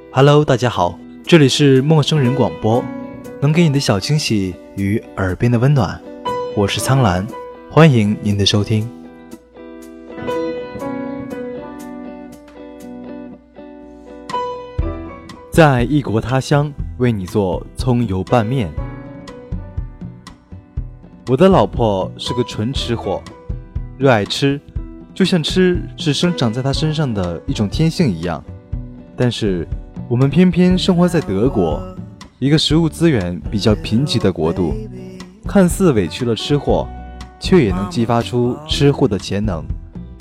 Hello， 大家好，这里是陌生人广播，能给你的小惊喜与耳边的温暖，我是苍兰，欢迎您的收听。在异国他乡为你做葱油拌面。我的老婆是个纯吃货，热爱吃，就像吃是生长在她身上的一种天性一样。但是我们偏偏生活在德国，一个食物资源比较贫瘠的国度，看似委屈了吃货，却也能激发出吃货的潜能。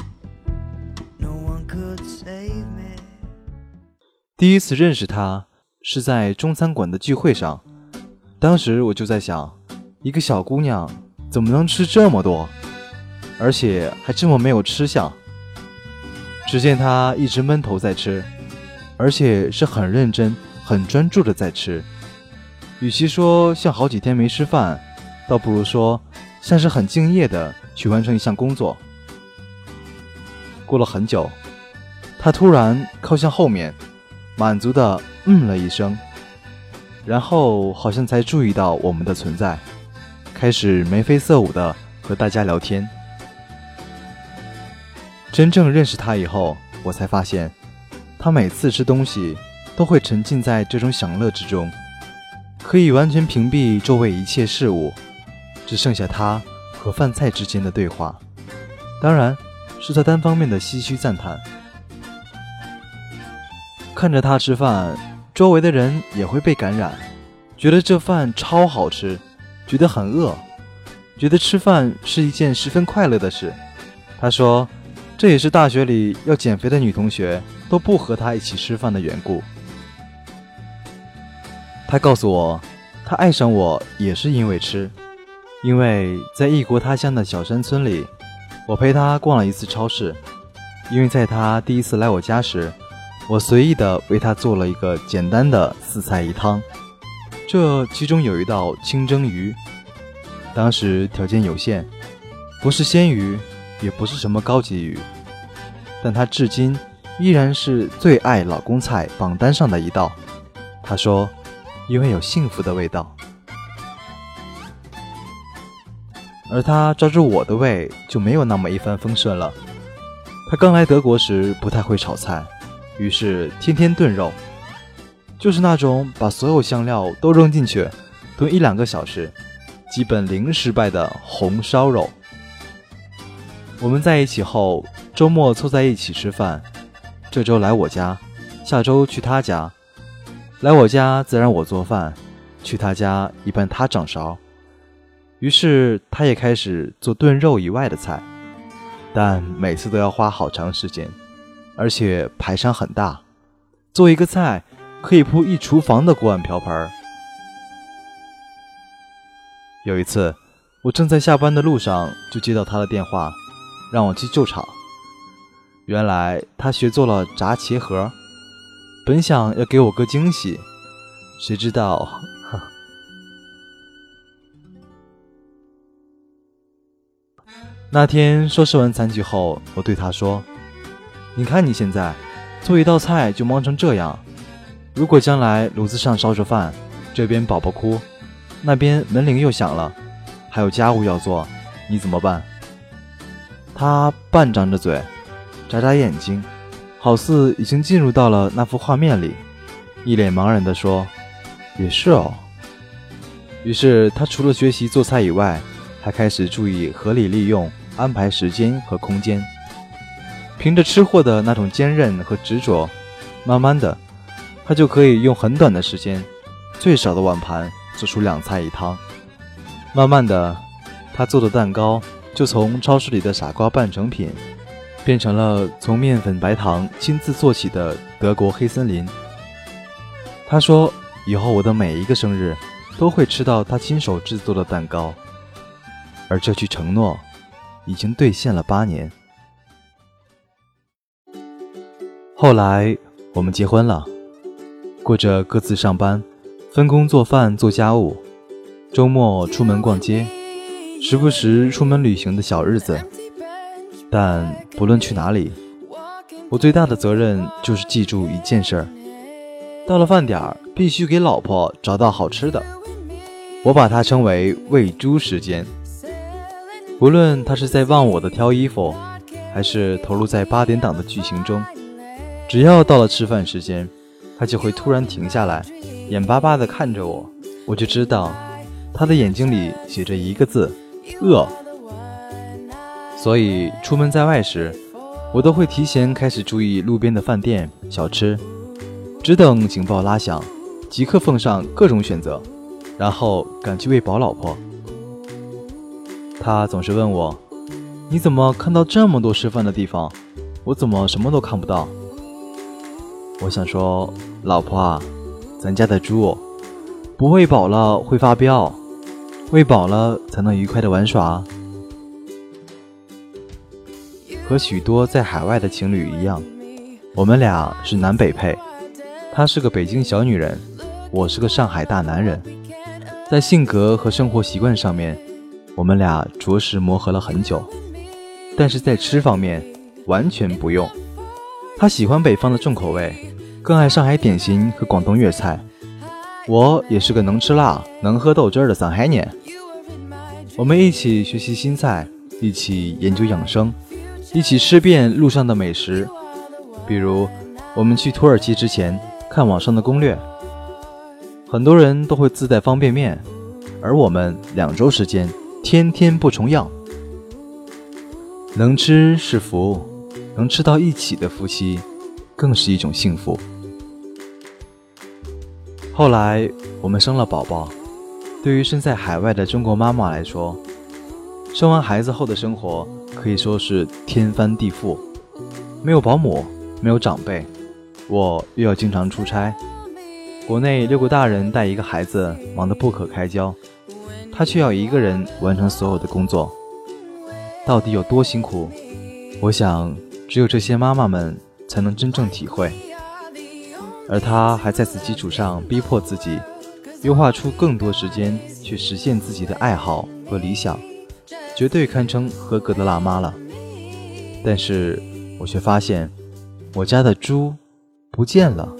第一次认识他是在中餐馆的聚会上，当时我就在想，一个小姑娘怎么能吃这么多，而且还这么没有吃相。只见她一直闷头在吃，而且是很认真很专注的在吃，与其说像好几天没吃饭，倒不如说像是很敬业的去完成一项工作。过了很久，她突然靠向后面，满足的了一声，然后好像才注意到我们的存在，开始眉飞色舞的和大家聊天。真正认识他以后，我才发现他每次吃东西都会沉浸在这种享乐之中，可以完全屏蔽周围一切事物，只剩下他和饭菜之间的对话，当然是他单方面的唏嘘赞叹。看着他吃饭，周围的人也会被感染，觉得这饭超好吃，觉得很饿，觉得吃饭是一件十分快乐的事。他说这也是大学里要减肥的女同学都不和他一起吃饭的缘故。他告诉我，他爱上我也是因为吃，因为在异国他乡的小山村里，我陪他逛了一次超市，因为在他第一次来我家时，我随意地为他做了一个简单的4菜1汤，这其中有一道清蒸鱼，当时条件有限，不是鲜鱼，也不是什么高级鱼，但他至今依然是最爱老公菜榜单上的一道。他说，因为有幸福的味道。而他抓住我的胃就没有那么一帆风顺了。他刚来德国时不太会炒菜，于是天天炖肉，就是那种把所有香料都扔进去炖1-2个小时，基本零失败的红烧肉。我们在一起后，周末凑在一起吃饭，这周来我家，下周去他家。来我家自然我做饭，去他家一般他掌勺。于是他也开始做炖肉以外的菜，但每次都要花好长时间，而且排场很大，做一个菜可以铺一厨房的锅碗瓢盆。有一次我正在下班的路上，就接到他的电话，让我去救场。原来他学做了炸茄盒，本想要给我个惊喜，谁知道那天收拾完残局后，我对他说，你看你现在做一道菜就忙成这样，如果将来炉子上烧着饭，这边宝宝哭，那边门铃又响了，还有家务要做，你怎么办？他半张着嘴，眨眨眼睛，好似已经进入到了那幅画面里，一脸茫然地说，也是哦。于是他除了学习做菜以外，还开始注意合理利用安排时间和空间。凭着吃货的那种坚韧和执着，慢慢的他就可以用很短的时间，最少的碗盘做出2菜1汤。慢慢的他做的蛋糕就从超市里的傻瓜半成品变成了从面粉白糖亲自做起的德国黑森林。他说以后我的每一个生日都会吃到他亲手制作的蛋糕，而这句承诺已经兑现了8年。后来我们结婚了，过着各自上班，分工做饭做家务，周末出门逛街，时不时出门旅行的小日子。但不论去哪里，我最大的责任就是记住一件事儿， 到了饭点儿，必须给老婆找到好吃的。我把它称为喂猪时间。无论她是在忘我的挑衣服，还是投入在8点档的剧情中，只要到了吃饭时间，她就会突然停下来，眼巴巴地看着我，我就知道她的眼睛里写着一个字：饿。所以出门在外时，我都会提前开始注意路边的饭店小吃，只等警报拉响，即刻奉上各种选择，然后赶去喂饱老婆。她总是问我，你怎么看到这么多吃饭的地方，我怎么什么都看不到？我想说，老婆啊，咱家的猪不喂饱了会发飙，喂饱了才能愉快地玩耍。和许多在海外的情侣一样，我们俩是南北配，她是个北京小女人，我是个上海大男人。在性格和生活习惯上面，我们俩着实磨合了很久，但是在吃方面完全不用。她喜欢北方的重口味，更爱上海点心和广东粤菜。我也是个能吃辣能喝豆汁的上海人。我们一起学习新菜，一起研究养生，一起吃遍路上的美食。比如我们去土耳其之前看网上的攻略，很多人都会自带方便面，而我们2周时间天天不重样。能吃是福，能吃到一起的夫妻更是一种幸福。后来我们生了宝宝，对于身在海外的中国妈妈来说，生完孩子后的生活可以说是天翻地覆，没有保姆，没有长辈，我又要经常出差，国内6个大人带1个孩子，忙得不可开交，他却要1个人完成所有的工作，到底有多辛苦？我想只有这些妈妈们才能真正体会。而他还在此基础上逼迫自己，优化出更多时间去实现自己的爱好和理想，绝对堪称合格的辣妈了。但是我却发现，我家的猪不见了。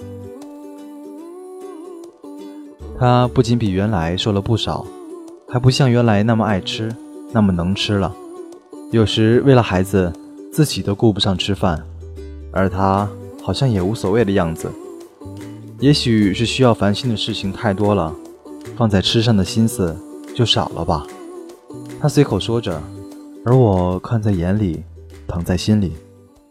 它不仅比原来瘦了不少，还不像原来那么爱吃，那么能吃了。有时为了孩子，自己都顾不上吃饭，而它好像也无所谓的样子。也许是需要烦心的事情太多了，放在吃上的心思就少了吧。他随口说着，而我看在眼里，疼在心里。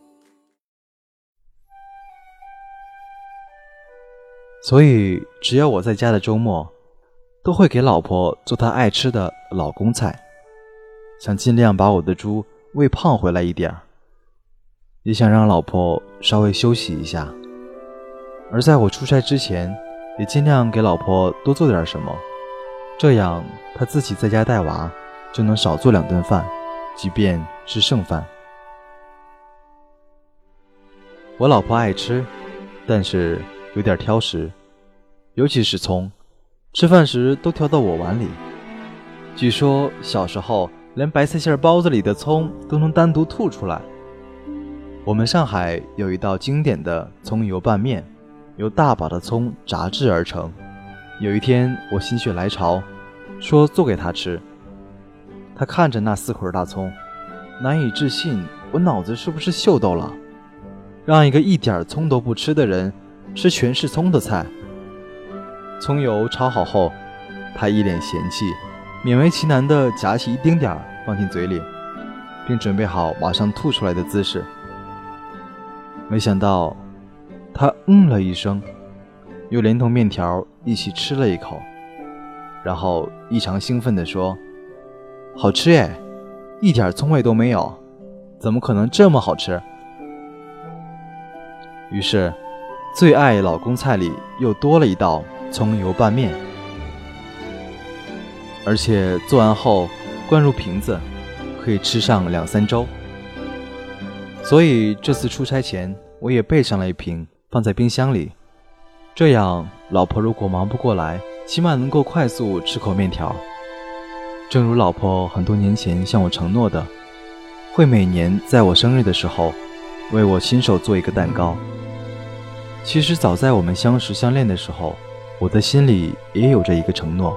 所以只要我在家的周末，都会给老婆做她爱吃的老公菜，想尽量把我的猪喂胖回来一点，也想让老婆稍微休息一下。而在我出差之前，也尽量给老婆多做点什么，这样她自己在家带娃就能少做2顿饭，即便是剩饭。我老婆爱吃，但是有点挑食，尤其是葱，吃饭时都挑到我碗里。据说小时候连白菜馅包子里的葱都能单独吐出来。我们上海有一道经典的葱油拌面，由大把的葱炸制而成。有一天我心血来潮，说做给他吃。他看着那4捆大葱，难以置信，我脑子是不是秀逗了？让一个一点葱都不吃的人吃全是葱的菜。葱油炒好后，他一脸嫌弃，勉为其难地夹起一丁点放进嘴里，并准备好马上吐出来的姿势。没想到他了一声，又连同面条一起吃了一口，然后异常兴奋地说：“好吃耶，一点葱味都没有，怎么可能这么好吃？”于是最爱老公菜里又多了一道葱油拌面，而且做完后灌入瓶子，可以吃上2-3周。所以这次出差前，我也备上了一瓶放在冰箱里，这样老婆如果忙不过来，起码能够快速吃口面条。正如老婆很多年前向我承诺的，会每年在我生日的时候为我亲手做一个蛋糕。 其实早在我们相识相恋的时候，我的心里也有着一个承诺，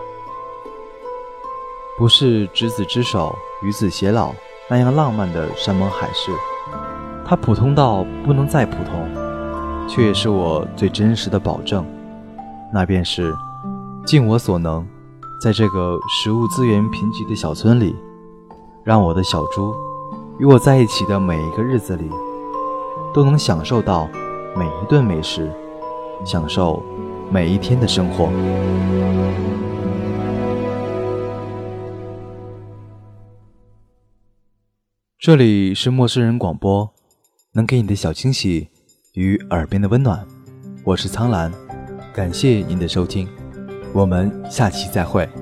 不是执子之手与子偕老那样浪漫的山盟海誓，它普通到不能再普通，却也是我最真实的保证，那便是尽我所能，在这个食物资源贫瘠的小村里，让我的小猪与我在一起的每一个日子里，都能享受到每一顿美食，享受每一天的生活。这里是陌生人广播，能给你的小惊喜与耳边的温暖，我是苍兰，感谢您的收听，我们下期再会。